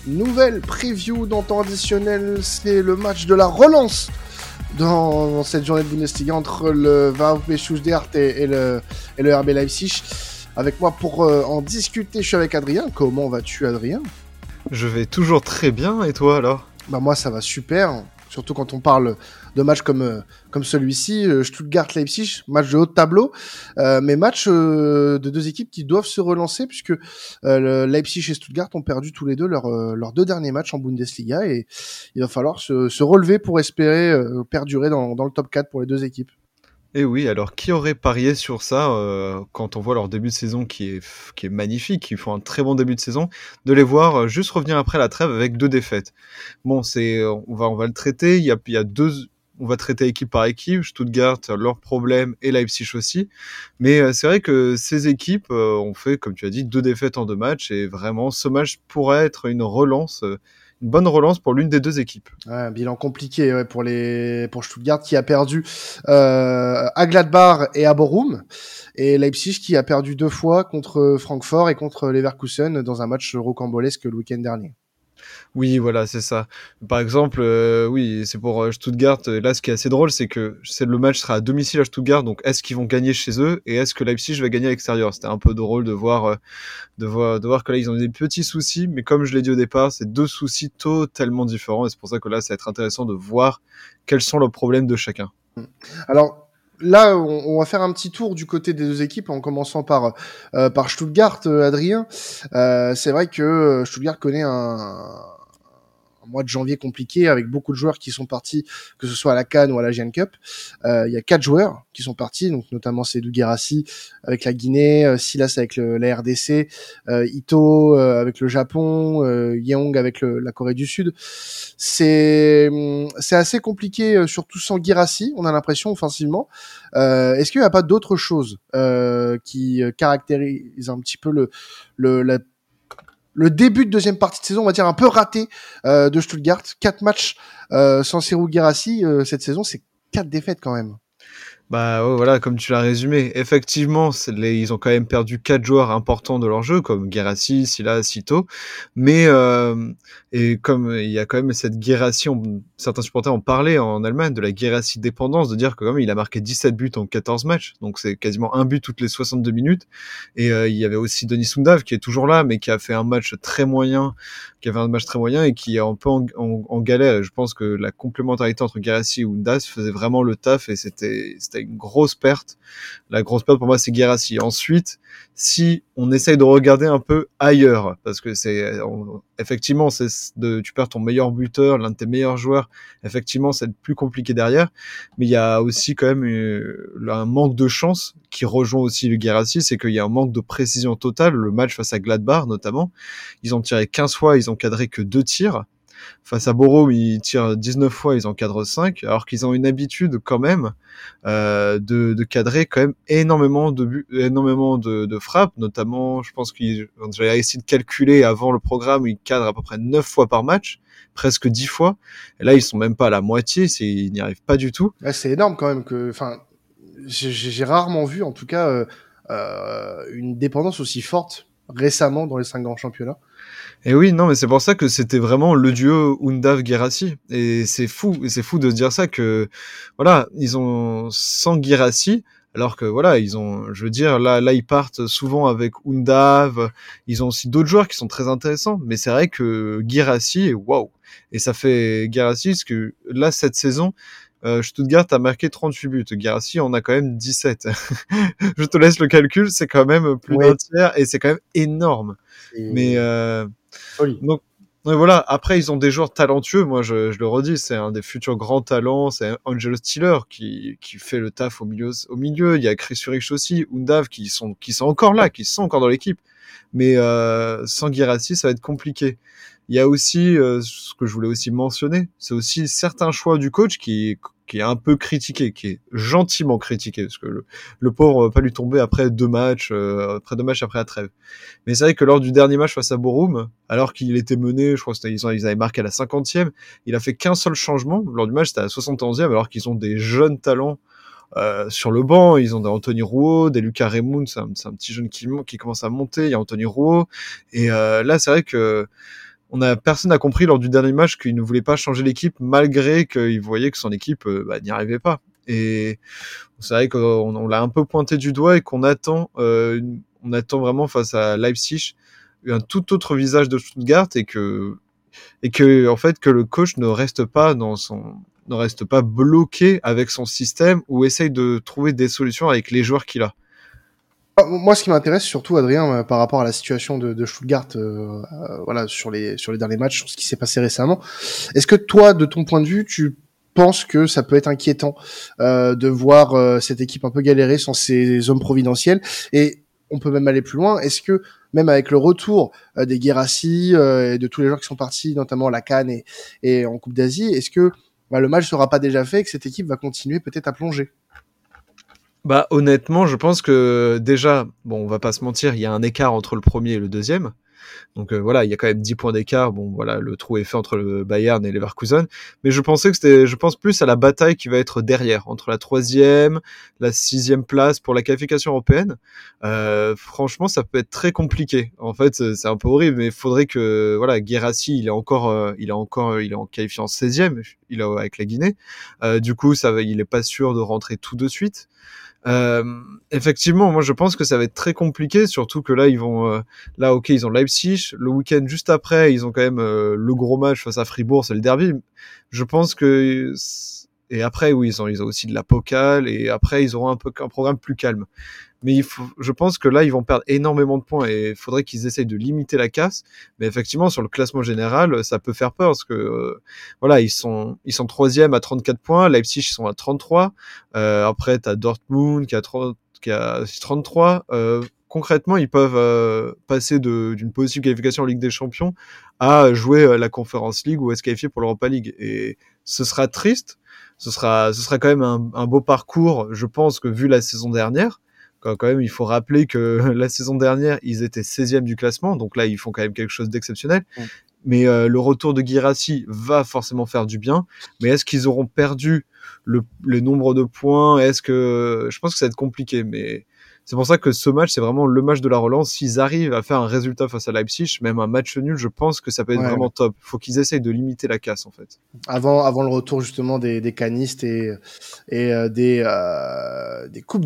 Nouvelle preview dans temps additionnel, c'est le match de la relance dans cette journée de Bundesliga entre le VfB Stuttgart et le RB Leipzig. Avec moi pour en discuter, je suis avec Adrien. Comment vas-tu, Adrien ? Je vais toujours très bien, et toi alors ? Bah moi ça va super, surtout quand on parle de matchs comme celui-ci, Stuttgart-Leipzig, match de haut de tableau, mais match de deux équipes qui doivent se relancer puisque Leipzig et Stuttgart ont perdu tous les deux leurs deux derniers matchs en Bundesliga et il va falloir se relever pour espérer perdurer dans le top 4 pour les deux équipes. Et oui, alors qui aurait parié sur ça quand on voit leur début de saison qui est magnifique, qui font un très bon début de saison, de les voir juste revenir après la trêve avec 2 défaites. Bon, on va le traiter, il y a on va traiter équipe par équipe, Stuttgart, leurs problèmes et Leipzig aussi. Mais c'est vrai que ces équipes ont fait, comme tu as dit, 2 défaites en 2 matchs et vraiment ce match pourrait être une bonne relance pour l'une des 2 équipes. Ouais, un bilan compliqué ouais, pour Stuttgart qui a perdu à Gladbach et à Bochum, et Leipzig qui a perdu 2 fois contre Francfort et contre Leverkusen dans un match rocambolesque le week-end dernier. Oui, voilà, c'est ça. Par exemple, oui, c'est pour Stuttgart. Là, ce qui est assez drôle, c'est que le match sera à domicile à Stuttgart. Donc, est-ce qu'ils vont gagner chez eux et est-ce que Leipzig va gagner à l'extérieur ? C'était un peu drôle de voir que là, ils ont des petits soucis. Mais comme je l'ai dit au départ, c'est 2 soucis totalement différents. Et c'est pour ça que là, ça va être intéressant de voir quels sont leurs problèmes de chacun. Alors, là, on va faire un petit tour du côté des deux équipes en commençant par Stuttgart, Adrien. C'est vrai que Stuttgart connaît un mois de janvier compliqué avec beaucoup de joueurs qui sont partis, que ce soit à la CAN ou à la Asian Cup. Il y a 4 joueurs qui sont partis, donc notamment Seydou Guirassy avec la Guinée, Silas avec la RDC, Ito avec le Japon, Yeong avec la Corée du Sud. C'est assez compliqué, surtout sans Guirassy, on a l'impression offensivement. Est-ce qu'il n'y a pas d'autres choses qui caractérisent un petit peu le début de deuxième partie de saison, on va dire un peu raté de Stuttgart. 4 matchs sans Serhou Guirassy cette saison, c'est 4 défaites quand même. Bah ouais, voilà, comme tu l'as résumé, effectivement, ils ont quand même perdu 4 joueurs importants de leur jeu, comme Guirassy, Silas, Ito, mais et comme il y a quand même cette Guirassy, certains supporters ont parlé en Allemagne de la Guirassy dépendance, de dire que quand même il a marqué 17 buts en 14 matchs, donc c'est quasiment un but toutes les 62 minutes, et il y avait aussi Denis Sundav qui est toujours là, mais qui avait un match très moyen et qui est un peu en galère, et je pense que la complémentarité entre Guirassy et Undas faisait vraiment le taf, et c'était une grosse perte. La grosse perte pour moi, c'est Guirassy. Ensuite, si on essaye de regarder un peu ailleurs, parce que effectivement, tu perds ton meilleur buteur, l'un de tes meilleurs joueurs, effectivement, c'est plus compliqué derrière, mais il y a aussi quand même un manque de chance qui rejoint aussi le Guirassy, c'est qu'il y a un manque de précision totale. Le match face à Gladbach, notamment, ils ont tiré 15 fois, ils ont cadré que 2 tirs. Face à Bochum, ils tirent 19 fois, ils encadrent 5, alors qu'ils ont une habitude quand même de cadrer quand même énormément de buts, énormément de frappes, notamment, je pense que j'avais essayé de calculer avant le programme, ils cadrent à peu près 9 fois par match, presque 10 fois, et là ils sont même pas à la moitié, ils n'y arrivent pas du tout. Ouais, c'est énorme quand même j'ai rarement vu en tout cas une dépendance aussi forte récemment dans les 5 grands championnats. Et oui, non, mais c'est pour ça que c'était vraiment le duo Undav-Guirassy. Et c'est fou de se dire ça que, voilà, ils ont sans Guirassy, alors que voilà, je veux dire, là, ils partent souvent avec Undav. Ils ont aussi d'autres joueurs qui sont très intéressants, mais c'est vrai que Guirassy, waouh. Et ça fait Guirassy, parce que là, cette saison, Stuttgart a marqué 38 buts. Guirassy en a quand même 17. Je te laisse le calcul, c'est quand même plus d'un tiers et c'est quand même énorme. Mais folie. Donc voilà, après ils ont des joueurs talentueux, moi je le redis, c'est un des futurs grands talents, c'est Angelo Stiller qui fait le taf au milieu, il y a Chris Urich aussi, Undav qui sont encore là, qui sont encore dans l'équipe. Mais sans Guirassy, ça va être compliqué. Il y a aussi ce que je voulais aussi mentionner, c'est aussi certains choix du coach qui est un peu critiqué, qui est gentiment critiqué, parce que le pauvre, on va pas lui tomber après 2 matchs, après la trêve. Mais c'est vrai que lors du dernier match face à Bochum, alors qu'il était mené, je crois qu'ils avaient marqué à la 50e, il a fait qu'un seul changement. Lors du match, c'était à la 71e, alors qu'ils ont des jeunes talents sur le banc. Ils ont des Anthony Rouault, des Lucas Raymond, c'est un petit jeune qui commence à monter. Il y a Anthony Rouault. Et là, c'est vrai que personne n'a compris lors du dernier match qu'il ne voulait pas changer l'équipe malgré qu'il voyait que son équipe n'y arrivait pas. Et c'est vrai qu'on l'a un peu pointé du doigt et qu'on attend, on attend vraiment face à Leipzig un tout autre visage de Stuttgart et que en fait que le coach ne reste pas bloqué avec son système ou essaye de trouver des solutions avec les joueurs qu'il a. Moi, ce qui m'intéresse surtout, Adrien, par rapport à la situation de Stuttgart, voilà, sur les derniers matchs, sur ce qui s'est passé récemment, est-ce que toi, de ton point de vue, tu penses que ça peut être inquiétant de voir cette équipe un peu galérer sans ses hommes providentiels? Et on peut même aller plus loin. Est-ce que même avec le retour des Guirassy et de tous les joueurs qui sont partis, notamment à la CAN et en Coupe d'Asie, est-ce que le match sera pas déjà fait et que cette équipe va continuer peut-être à plonger? Bah honnêtement, je pense que déjà, bon, on va pas se mentir, il y a un écart entre le premier et le deuxième. Donc voilà, il y a quand même 10 points d'écart. Bon voilà, le trou est fait entre le Bayern et Leverkusen. Mais je pense plus à la bataille qui va être derrière, entre la 3e, la 6e place pour la qualification européenne. Franchement, ça peut être très compliqué. En fait, c'est un peu horrible, mais il faudrait que, voilà, Guirassy, il est en qualifié en 16e, avec la Guinée. Du coup, il est pas sûr de rentrer tout de suite. Effectivement, moi je pense que ça va être très compliqué, surtout que là ils vont, ok, ils ont Leipzig, le week-end juste après ils ont quand même le gros match face à Fribourg, c'est le derby. Je pense que et après oui ils ont aussi de la Pokal et après ils auront un programme plus calme. Mais je pense que là, ils vont perdre énormément de points et il faudrait qu'ils essayent de limiter la casse. Mais effectivement, sur le classement général, ça peut faire peur parce que, voilà, ils sont 3e à 34 points. Leipzig, ils sont à 33. Après, t'as Dortmund qui a 33. Concrètement, ils peuvent passer d'une possible qualification en Ligue des Champions à jouer la Conference League ou à se qualifier pour l'Europa League. Et ce sera triste. Ce sera quand même un beau parcours, je pense, que vu la saison dernière. Quand même, il faut rappeler que la saison dernière, ils étaient 16e du classement, donc là, ils font quand même quelque chose d'exceptionnel. Mais le retour de Guirassy va forcément faire du bien. Mais est-ce qu'ils auront perdu le nombre de points? Je pense que ça va être compliqué, mais c'est pour ça que ce match, c'est vraiment le match de la relance. S'ils arrivent à faire un résultat face à Leipzig, même un match nul, je pense que ça peut être vraiment top. Il faut qu'ils essayent de limiter la casse, en fait. Avant le retour justement des canistes et des coupes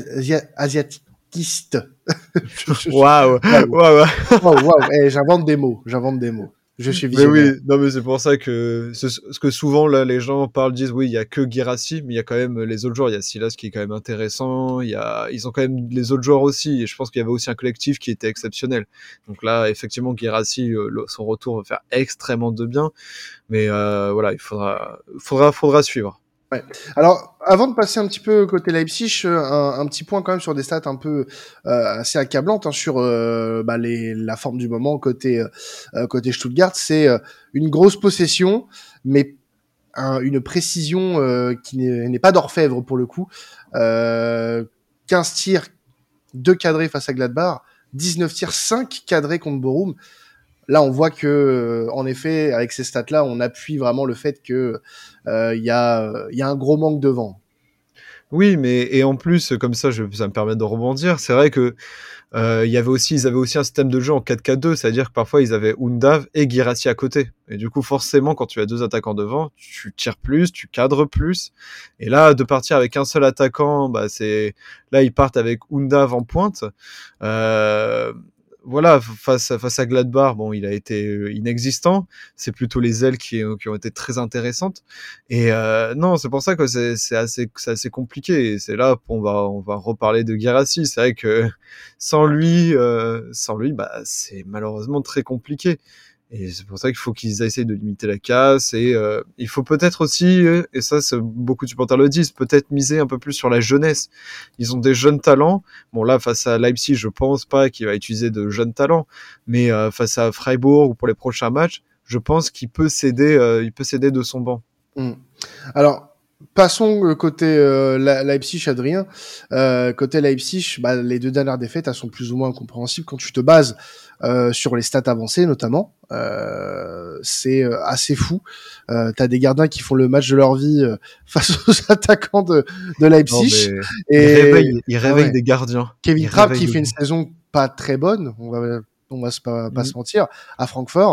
asiatistes. Waouh. J'invente des mots. Je suis Mais visionnaire. oui, non mais c'est pour ça que ce que souvent là les gens disent oui, il y a que Guirassy, mais il y a quand même les autres joueurs, il y a Silas qui est quand même intéressant, ils ont quand même les autres joueurs aussi et je pense qu'il y avait aussi un collectif qui était exceptionnel. Donc là effectivement Guirassy son retour va faire extrêmement de bien, mais voilà, il faudra suivre. Ouais. Alors, avant de passer un petit peu côté Leipzig, un petit point quand même sur des stats un peu assez accablantes sur la forme du moment côté Stuttgart, c'est une grosse possession, mais une précision qui n'est pas d'orfèvre pour le coup. 15 tirs, 2 cadrés face à Gladbach, 19 tirs, 5 cadrés contre Bochum. Là, on voit que, en effet, avec ces stats-là, on appuie vraiment le fait que il y a un gros manque de vent. Oui, et en plus, comme ça me permet de rebondir. C'est vrai que ils avaient aussi un système de jeu en 4-4-2, c'est-à-dire que parfois ils avaient Undav et Guirassy à côté. Et du coup, forcément, quand tu as 2 attaquants devant, tu tires plus, tu cadres plus. Et là, de partir avec un seul attaquant, là ils partent avec Undav en pointe. Voilà, face à Gladbach, bon, il a été inexistant. C'est plutôt les ailes qui ont été très intéressantes. Et non, c'est pour ça que c'est assez compliqué. Et c'est là on va reparler de Guirassy. C'est vrai que sans lui, c'est malheureusement très compliqué. Et c'est pour ça qu'il faut qu'ils essayent de limiter la casse. Et il faut peut-être aussi, et ça, beaucoup de supporters le disent, peut-être miser un peu plus sur la jeunesse. Ils ont des jeunes talents. Bon, là, face à Leipzig, je pense pas qu'il va utiliser de jeunes talents. Mais face à Freiburg ou pour les prochains matchs, je pense qu'il peut s'aider de son banc. Alors, passons côté Leipzig, Adrien. Côté Leipzig, les 2 dernières défaites, elles sont plus ou moins incompréhensibles quand tu te bases sur les stats avancées, notamment. C'est assez fou. T'as des gardiens qui font le match de leur vie face aux attaquants de Leipzig. Non, il réveille des gardiens. Kevin Trapp qui fait une saison pas très bonne, on va pas se mentir, à Francfort.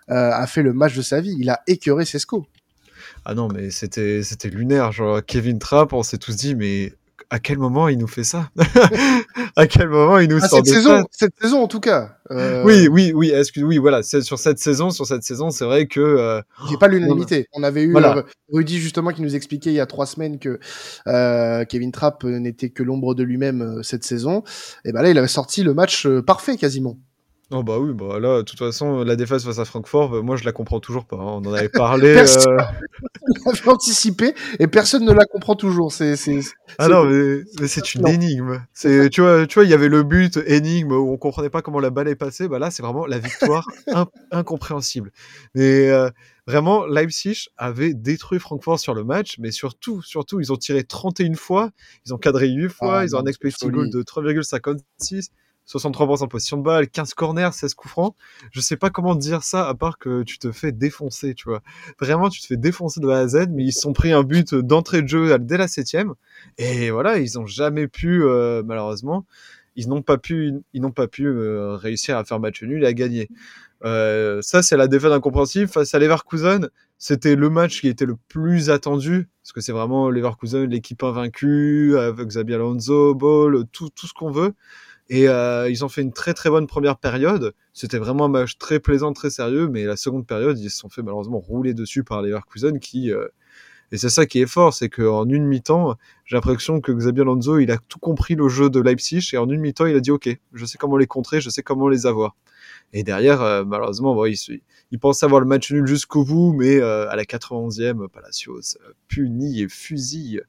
a fait le match de sa vie. Il a écœuré Sesco. Ah non, mais c'était lunaire. Genre, Kevin Trapp, on s'est tous dit, mais à quel moment il nous fait ça? À quel moment il nous sort de ça? Cette saison en tout cas. Oui, oui, voilà. Sur cette saison, c'est vrai que. Il fait pas l'unanimité. On avait eu Voilà. Rudy justement qui nous expliquait il y a 3 semaines que Kevin Trapp n'était que l'ombre de lui-même cette saison. Et ben là, il avait sorti le match parfait quasiment. Oh bah oui, bah là, de toute façon, la défaite face à Francfort, moi je la comprends toujours pas, hein. On en avait parlé. Personne l'avait anticipé et personne ne la comprend toujours. Ah non, mais c'est une énigme. Tu vois, il y avait le but énigme où on comprenait pas comment la balle est passée. Bah là, c'est vraiment la victoire incompréhensible. Mais vraiment, Leipzig avait détruit Francfort sur le match, mais surtout, ils ont tiré 31 fois, ils ont cadré 8 fois, ils ont un expected goal de 3,56. 63% de possession de balle, 15 corners, 16 coups francs. Je sais pas comment dire ça à part que tu te fais défoncer, tu vois. Vraiment, tu te fais défoncer de A à Z, mais ils se sont pris un but d'entrée de jeu dès la 7e. Et voilà, ils ont jamais pu, malheureusement, ils n'ont pas pu réussir à faire match nul et à gagner. Ça, c'est la défaite incompréhensible face à Leverkusen. C'était le match qui était le plus attendu, parce que c'est vraiment Leverkusen, l'équipe invaincue, avec Xabi Alonso, Ball, tout ce qu'on veut. Et ils ont fait une très très bonne première période. C'était vraiment un match très plaisant, très sérieux, mais la seconde période, ils se sont fait malheureusement rouler dessus par Leverkusen qui... Et c'est ça qui est fort, c'est qu'en une mi-temps, j'ai l'impression que Xabi Alonso, il a tout compris le jeu de Leipzig, et en une mi-temps, il a dit « Ok, je sais comment les contrer, je sais comment les avoir ». Et derrière, malheureusement, bon, il pensait avoir le match nul jusqu'au bout, mais à la 91e, Palacios punit et fusille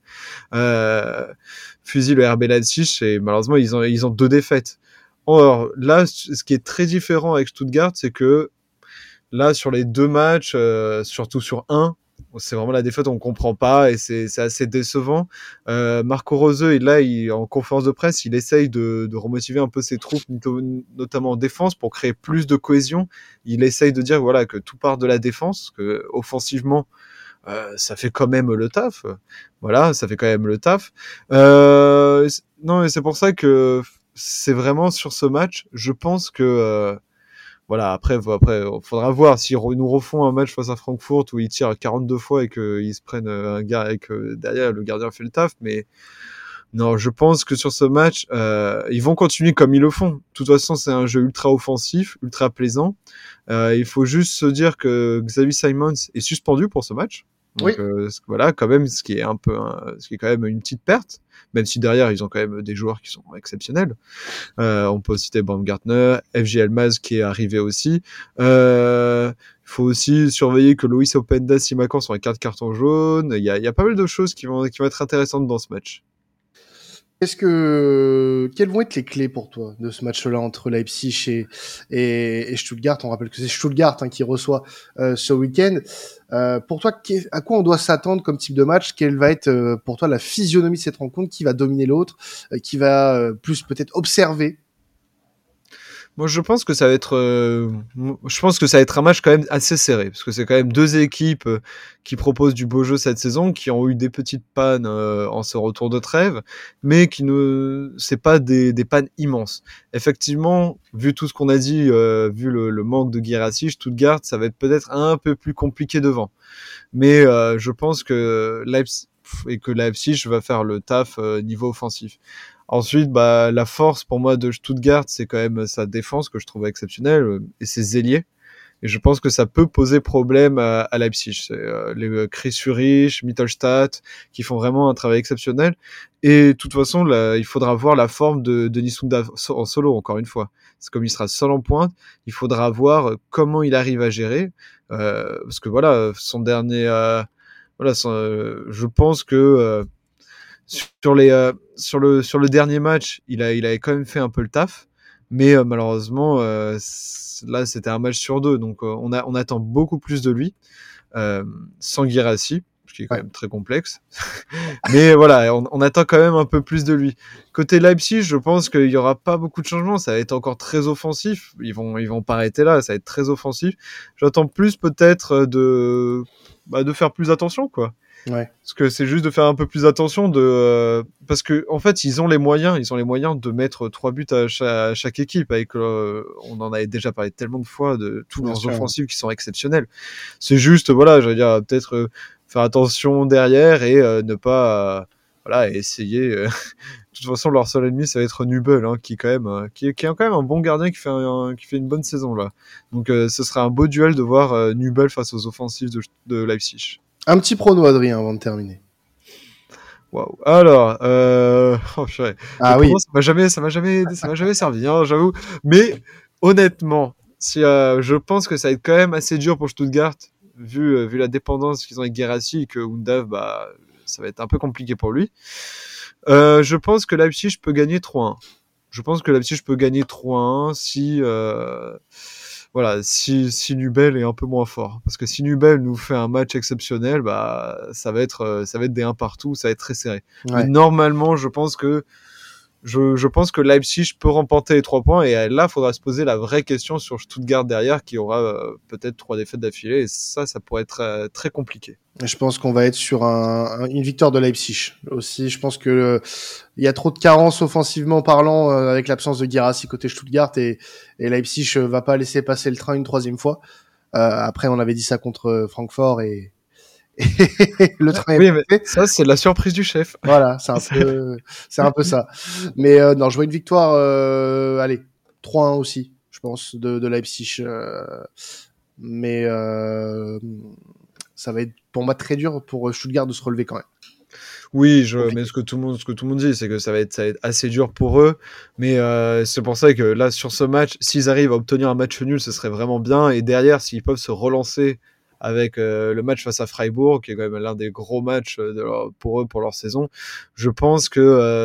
le RB Leipzig, et malheureusement, ils ont 2 défaites. Or, là, ce qui est très différent avec Stuttgart, c'est que là, sur les 2 matchs, surtout sur un, c'est vraiment la défaite, on comprend pas et c'est assez décevant. Marco Rose, en conférence de presse, il essaye de remotiver un peu ses troupes, notamment en défense, pour créer plus de cohésion. Il essaye de dire voilà que tout part de la défense, que offensivement, ça fait quand même le taf. Voilà, ça fait quand même le taf. Non, et c'est pour ça que c'est vraiment sur ce match, je pense que voilà, après, faudra voir si nous refont un match face à Francfort où ils tirent 42 fois et qu'ils se prennent un gars et que derrière le gardien fait le taf. Mais non, je pense que sur ce match, ils vont continuer comme ils le font. De toute façon, c'est un jeu ultra offensif, ultra plaisant. Il faut juste se dire que Xavi Simons est suspendu pour ce match. Donc voilà, quand même, ce qui est quand même une petite perte, même si derrière ils ont quand même des joueurs qui sont exceptionnels. On peut citer Baumgartner, FJ Elmaz qui est arrivé aussi. Il faut aussi surveiller que Loïs Openda, Simakan sont avec 4 cartons jaunes. Il y a pas mal de choses qui vont être intéressantes dans ce match. Quelles vont être les clés pour toi de ce match-là entre Leipzig et Stuttgart? On rappelle que c'est Stuttgart qui reçoit ce week-end. Pour toi, à quoi on doit s'attendre comme type de match? Quelle va être pour toi la physionomie de cette rencontre? Qui va dominer l'autre? Qui va plus peut-être observer? Moi, je pense que ça va être un match quand même assez serré, parce que c'est quand même 2 équipes qui proposent du beau jeu cette saison, qui ont eu des petites pannes en ce retour de trêve, mais c'est pas des pannes immenses. Effectivement, vu tout ce qu'on a dit, vu le manque de Guirassy, Stuttgart, ça va être peut-être un peu plus compliqué devant. Mais je pense que Leipzig va faire le taf niveau offensif. Ensuite, la force pour moi de Stuttgart, c'est quand même sa défense que je trouve exceptionnelle et ses ailiers. Et je pense que ça peut poser problème à Leipzig. C'est les Chris Führich, Mittelstadt, qui font vraiment un travail exceptionnel. Et de toute façon, là, il faudra voir la forme de Denis Sunda en solo, encore une fois. C'est comme il sera seul en pointe, il faudra voir comment il arrive à gérer. Parce que voilà, son dernier... je pense que... sur le dernier match, il avait quand même fait un peu le taf, mais malheureusement là c'était un match sur 2, donc on attend beaucoup plus de lui sans Guirassy, ce qui est quand même très complexe. Mais voilà, on attend quand même un peu plus de lui. Côté Leipzig, je pense qu'il y aura pas beaucoup de changements, ça va être encore très offensif. Ils vont pas arrêter là, ça va être très offensif. J'attends plus peut-être de faire plus attention, quoi. Ouais. Parce que c'est juste de faire un peu plus attention parce que en fait ils ont les moyens de mettre 3 buts à chaque équipe avec on en avait déjà parlé tellement de fois de tous Bien leurs sûr. offensives qui sont exceptionnelles. C'est juste voilà, j'allais dire peut-être faire attention derrière et ne pas voilà essayer. De toute façon leur seul ennemi ça va être Nubel hein, qui quand même qui est quand même un bon gardien qui fait une bonne saison là. Donc ce serait un beau duel de voir Nubel face aux offensives de Leipzig. Un petit prono, Adrien, avant de terminer. Waouh. Alors, oh, purée. Le Ah oui. pronom, ça m'a jamais servi, hein, j'avoue. Mais honnêtement, si je pense que ça va être quand même assez dur pour Stuttgart, vu la dépendance qu'ils ont avec Guirassy et que Undav, bah, ça va être un peu compliqué pour lui. Je pense que Leipzig peut gagner 3-1. Je pense que Leipzig peut gagner 3-1 si Nubel est un peu moins fort. Parce que si Nubel nous fait un match exceptionnel, bah, ça va être des 1 partout, ça va être très serré. Mais Ouais. normalement, je pense que Leipzig peut remporter les 3 points et là, il faudra se poser la vraie question sur Stuttgart derrière qui aura peut-être 3 défaites d'affilée et ça pourrait être très compliqué. Je pense qu'on va être sur une victoire de Leipzig aussi. Je pense que il y a trop de carences offensivement parlant avec l'absence de Guirassy côté Stuttgart et Leipzig va pas laisser passer le train une troisième fois. Après, on avait dit ça contre Francfort et le train est Oui, mais passé. ça, c'est la surprise du chef. Voilà, c'est un peu ça. Mais non, je vois une victoire, allez, 3-1 aussi, je pense, de Leipzig. Mais ça va être pour moi très dur pour Stuttgart de se relever quand même. Oui, mais Compliqué. ce que tout le monde dit, c'est que ça va être assez dur pour eux. Mais c'est pour ça que là, sur ce match, s'ils arrivent à obtenir un match nul, ce serait vraiment bien. Et derrière, s'ils peuvent se relancer avec le match face à Freiburg, qui est quand même l'un des gros matchs pour eux, pour leur saison, je pense que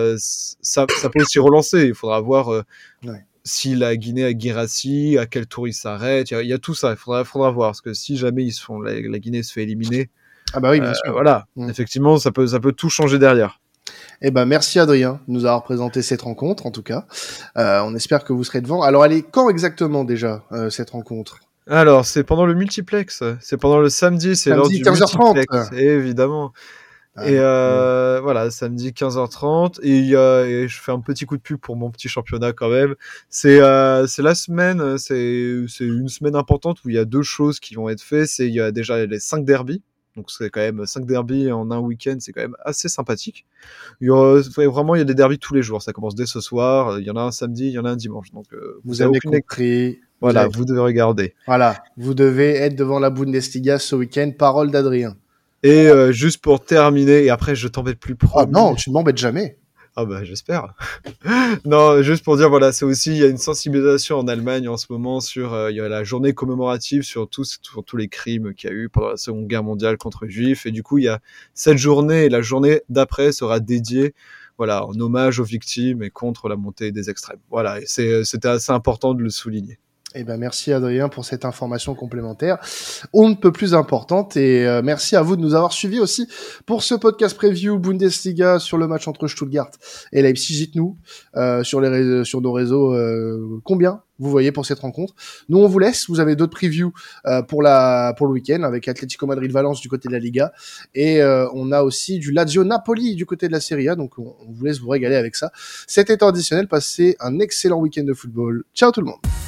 ça peut aussi relancer. Il faudra voir Ouais. si la Guinée a Guirassy, à quel tour ils s'arrêtent. Il y a tout ça. Il faudra voir. Parce que si jamais la Guinée se fait éliminer, Ah bah oui, bien sûr. voilà, Mm. effectivement, ça peut tout changer derrière. Eh ben merci Adrien de nous avoir présenté cette rencontre en tout cas. On espère que vous serez devant. Alors elle est quand exactement déjà cette rencontre? Alors, c'est pendant le multiplex. C'est pendant le samedi, c'est lors Samedi du 15h30. multiplex, évidemment. Ah, Et donc, voilà, samedi 15h30. Et je fais un petit coup de pub pour mon petit championnat quand même. C'est la semaine, c'est une semaine importante où il y a 2 choses qui vont être faites. Il y a déjà les 5 derbies. Donc c'est quand même 5 derbies en un week-end, c'est quand même assez sympathique. Il y a des derbies tous les jours. Ça commence dès ce soir. Il y en a un samedi, il y en a un dimanche. Donc vous vous avez avez aucune. compris. Voilà, vous devez regarder. Voilà, vous devez être devant la Bundesliga ce week-end. Parole d'Adrien. Et juste pour terminer, et après je t'embête plus, Oh non, promis. tu ne m'embêtes jamais. Ah bah j'espère. Non, juste pour dire, voilà, c'est aussi, il y a une sensibilisation en Allemagne en ce moment il y a la journée commémorative sur tous les crimes qu'il y a eu pendant la Seconde Guerre mondiale contre les Juifs. Et du coup, il y a cette journée et la journée d'après sera dédiée, voilà, en hommage aux victimes et contre la montée des extrêmes. Voilà, et c'était assez important de le souligner. Eh ben merci Adrien pour cette information complémentaire. On ne peut plus importante et merci à vous de nous avoir suivis aussi pour ce podcast preview Bundesliga sur le match entre Stuttgart et Leipzig. Dites-nous sur nos réseaux combien vous voyez pour cette rencontre. Nous on vous laisse. Vous avez d'autres previews pour le week-end avec Atlético Madrid-Valence du côté de la Liga et on a aussi du Lazio Napoli du côté de la Serie A. Donc on vous laisse vous régaler avec ça. C'était traditionnel. Passez un excellent week-end de football. Ciao tout le monde.